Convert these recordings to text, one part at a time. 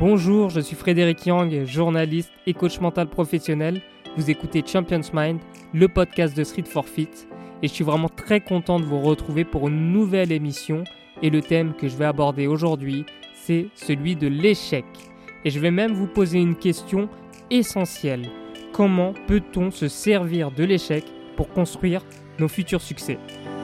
Bonjour, je suis Frédéric Yang, journaliste et coach mental professionnel. Vous écoutez Champions Mind, le podcast de Street for Fit. Et je suis vraiment très content de vous retrouver pour une nouvelle émission. Et le thème que je vais aborder aujourd'hui, c'est celui de l'échec. Et je vais même vous poser une question essentielle. Comment peut-on se servir de l'échec pour construire nos futurs succès ?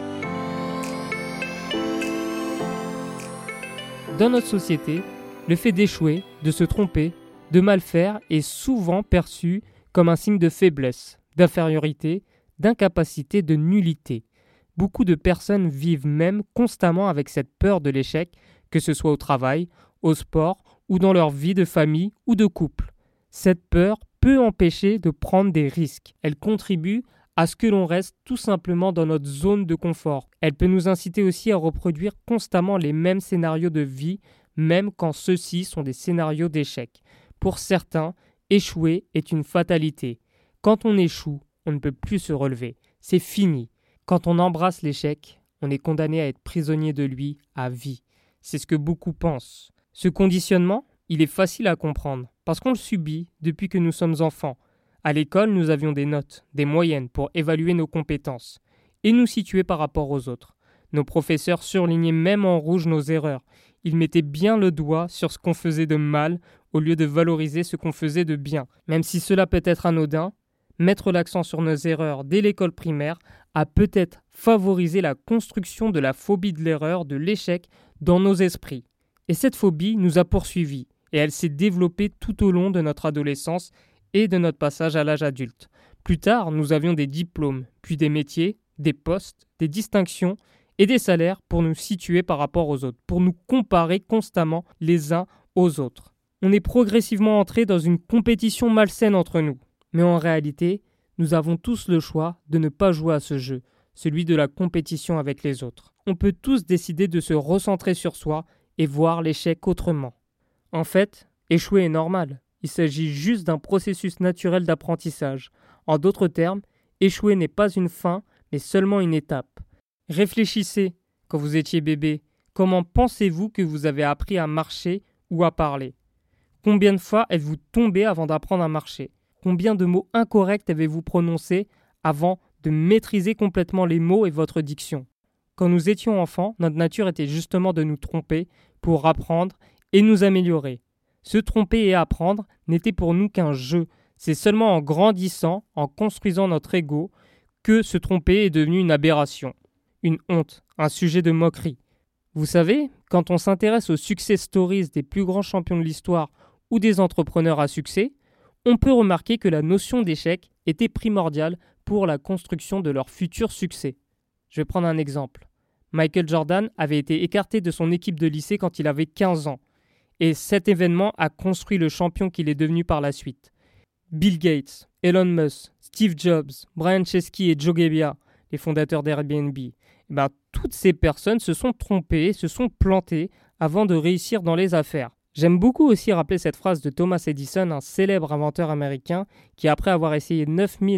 Dans notre société, le fait d'échouer, de se tromper, de mal faire est souvent perçu comme un signe de faiblesse, d'infériorité, d'incapacité, de nullité. Beaucoup de personnes vivent même constamment avec cette peur de l'échec, que ce soit au travail, au sport ou dans leur vie de famille ou de couple. Cette peur peut empêcher de prendre des risques. Elle contribue à ce que l'on reste tout simplement dans notre zone de confort. Elle peut nous inciter aussi à reproduire constamment les mêmes scénarios de vie, même quand ceux-ci sont des scénarios d'échec. Pour certains, échouer est une fatalité. Quand on échoue, on ne peut plus se relever. C'est fini. Quand on embrasse l'échec, on est condamné à être prisonnier de lui à vie. C'est ce que beaucoup pensent. Ce conditionnement, il est facile à comprendre, parce qu'on le subit depuis que nous sommes enfants. À l'école, nous avions des notes, des moyennes pour évaluer nos compétences et nous situer par rapport aux autres. Nos professeurs surlignaient même en rouge nos erreurs. Ils mettaient bien le doigt sur ce qu'on faisait de mal au lieu de valoriser ce qu'on faisait de bien. Même si cela peut être anodin, mettre l'accent sur nos erreurs dès l'école primaire a peut-être favorisé la construction de la phobie de l'erreur, de l'échec dans nos esprits. Et cette phobie nous a poursuivis et elle s'est développée tout au long de notre adolescence et de notre passage à l'âge adulte. Plus tard, nous avions des diplômes, puis des métiers, des postes, des distinctions et des salaires pour nous situer par rapport aux autres, pour nous comparer constamment les uns aux autres. On est progressivement entré dans une compétition malsaine entre nous. Mais en réalité, nous avons tous le choix de ne pas jouer à ce jeu, celui de la compétition avec les autres. On peut tous décider de se recentrer sur soi et voir l'échec autrement. En fait, échouer est normal. Il s'agit juste d'un processus naturel d'apprentissage. En d'autres termes, échouer n'est pas une fin, mais seulement une étape. Réfléchissez, quand vous étiez bébé, comment pensez-vous que vous avez appris à marcher ou à parler ? Combien de fois êtes-vous tombé avant d'apprendre à marcher ? Combien de mots incorrects avez-vous prononcés avant de maîtriser complètement les mots et votre diction ? Quand nous étions enfants, notre nature était justement de nous tromper pour apprendre et nous améliorer. Se tromper et apprendre n'était pour nous qu'un jeu. C'est seulement en grandissant, en construisant notre ego, que se tromper est devenu une aberration, une honte, un sujet de moquerie. Vous savez, quand on s'intéresse aux success stories des plus grands champions de l'histoire ou des entrepreneurs à succès, on peut remarquer que la notion d'échec était primordiale pour la construction de leur futur succès. Je vais prendre un exemple. Michael Jordan avait été écarté de son équipe de lycée quand il avait 15 ans. Et cet événement a construit le champion qu'il est devenu par la suite. Bill Gates, Elon Musk, Steve Jobs, Brian Chesky et Joe Gebbia, les fondateurs d'Airbnb, toutes ces personnes se sont trompées, se sont plantées avant de réussir dans les affaires. J'aime beaucoup aussi rappeler cette phrase de Thomas Edison, un célèbre inventeur américain qui, après avoir essayé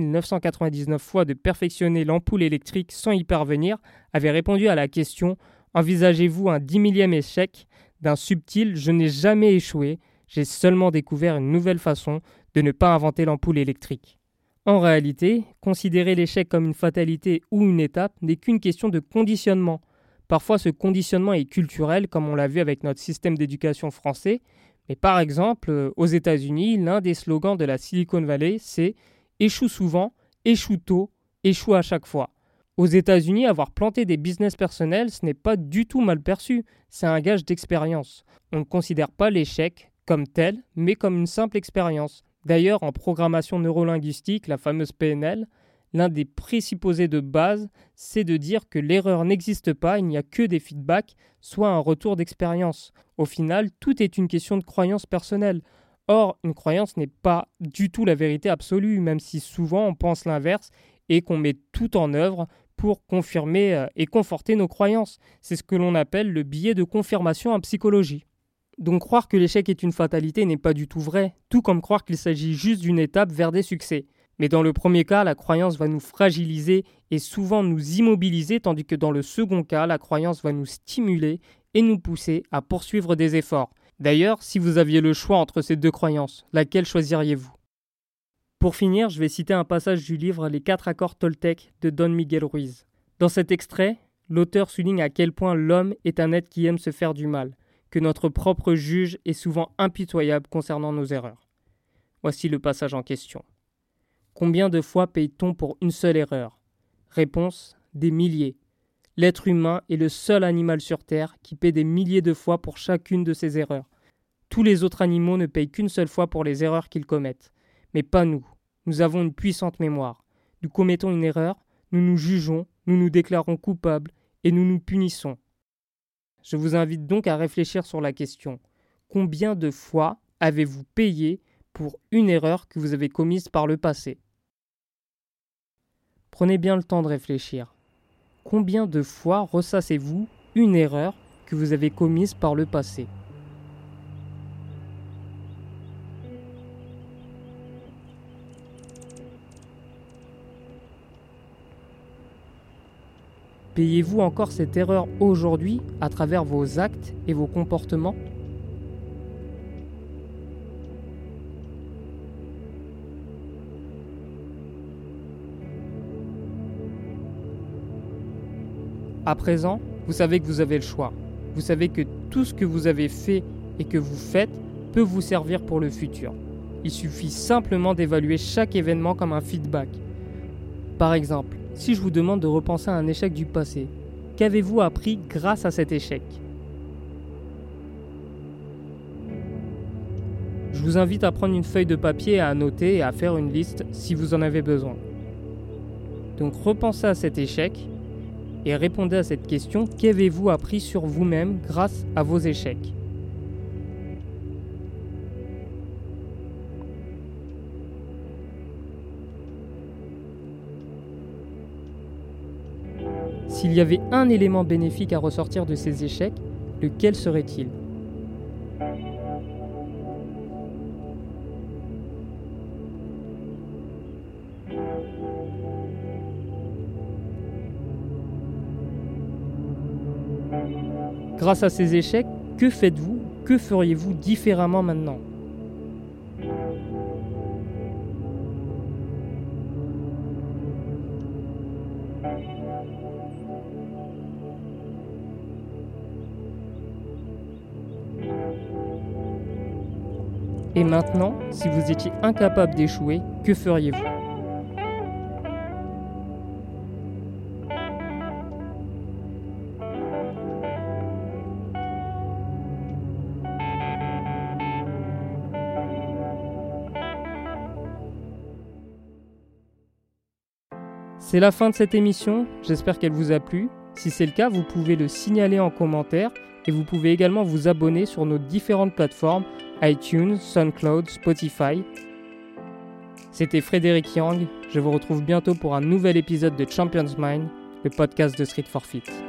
9999 fois de perfectionner l'ampoule électrique sans y parvenir, avait répondu à la question « Envisagez-vous un 10 millième échec ?» d'un subtil « Je n'ai jamais échoué, j'ai seulement découvert une nouvelle façon de ne pas inventer l'ampoule électrique. » En réalité, considérer l'échec comme une fatalité ou une étape n'est qu'une question de conditionnement. Parfois, ce conditionnement est culturel, comme on l'a vu avec notre système d'éducation français. Mais par exemple, aux États-Unis, l'un des slogans de la Silicon Valley, c'est « Échoue souvent, échoue tôt, échoue à chaque fois ». Aux États-Unis, avoir planté des business personnels, ce n'est pas du tout mal perçu. C'est un gage d'expérience. On ne considère pas l'échec comme tel, mais comme une simple expérience. D'ailleurs, en programmation neurolinguistique, la fameuse PNL, l'un des présupposés de base, c'est de dire que l'erreur n'existe pas, il n'y a que des feedbacks, soit un retour d'expérience. Au final, tout est une question de croyance personnelle. Or, une croyance n'est pas du tout la vérité absolue, même si souvent on pense l'inverse et qu'on met tout en œuvre pour confirmer et conforter nos croyances. C'est ce que l'on appelle le biais de confirmation en psychologie. Donc croire que l'échec est une fatalité n'est pas du tout vrai, tout comme croire qu'il s'agit juste d'une étape vers des succès. Mais dans le premier cas, la croyance va nous fragiliser et souvent nous immobiliser, tandis que dans le second cas, la croyance va nous stimuler et nous pousser à poursuivre des efforts. D'ailleurs, si vous aviez le choix entre ces deux croyances, laquelle choisiriez-vous ? Pour finir, je vais citer un passage du livre Les 4 accords Toltec de Don Miguel Ruiz. Dans cet extrait, l'auteur souligne à quel point l'homme est un être qui aime se faire du mal, que notre propre juge est souvent impitoyable concernant nos erreurs. Voici le passage en question. Combien de fois paye-t-on pour une seule erreur ? Réponse : des milliers. L'être humain est le seul animal sur Terre qui paie des milliers de fois pour chacune de ses erreurs. Tous les autres animaux ne payent qu'une seule fois pour les erreurs qu'ils commettent. Mais pas nous. Nous avons une puissante mémoire. Nous commettons une erreur, nous nous jugeons, nous nous déclarons coupables et nous nous punissons. Je vous invite donc à réfléchir sur la question. Combien de fois avez-vous payé pour une erreur que vous avez commise par le passé ? Prenez bien le temps de réfléchir. Combien de fois ressassez-vous une erreur que vous avez commise par le passé ? Payez-vous encore cette erreur aujourd'hui à travers vos actes et vos comportements ? À présent, vous savez que vous avez le choix. Vous savez que tout ce que vous avez fait et que vous faites peut vous servir pour le futur. Il suffit simplement d'évaluer chaque événement comme un feedback. Par exemple, si je vous demande de repenser à un échec du passé, qu'avez-vous appris grâce à cet échec ? Je vous invite à prendre une feuille de papier et à noter et à faire une liste si vous en avez besoin. Donc repensez à cet échec et répondez à cette question, qu'avez-vous appris sur vous-même grâce à vos échecs ? S'il y avait un élément bénéfique à ressortir de ces échecs, lequel serait-il ? Grâce à ces échecs, que faites-vous ? Que feriez-vous différemment maintenant ? Et maintenant, si vous étiez incapable d'échouer, que feriez-vous ? C'est la fin de cette émission, j'espère qu'elle vous a plu. Si c'est le cas, vous pouvez le signaler en commentaire et vous pouvez également vous abonner sur nos différentes plateformes iTunes, SoundCloud, Spotify. C'était Frédéric Yang, je vous retrouve bientôt pour un nouvel épisode de Champions Mind, le podcast de Street for Fit.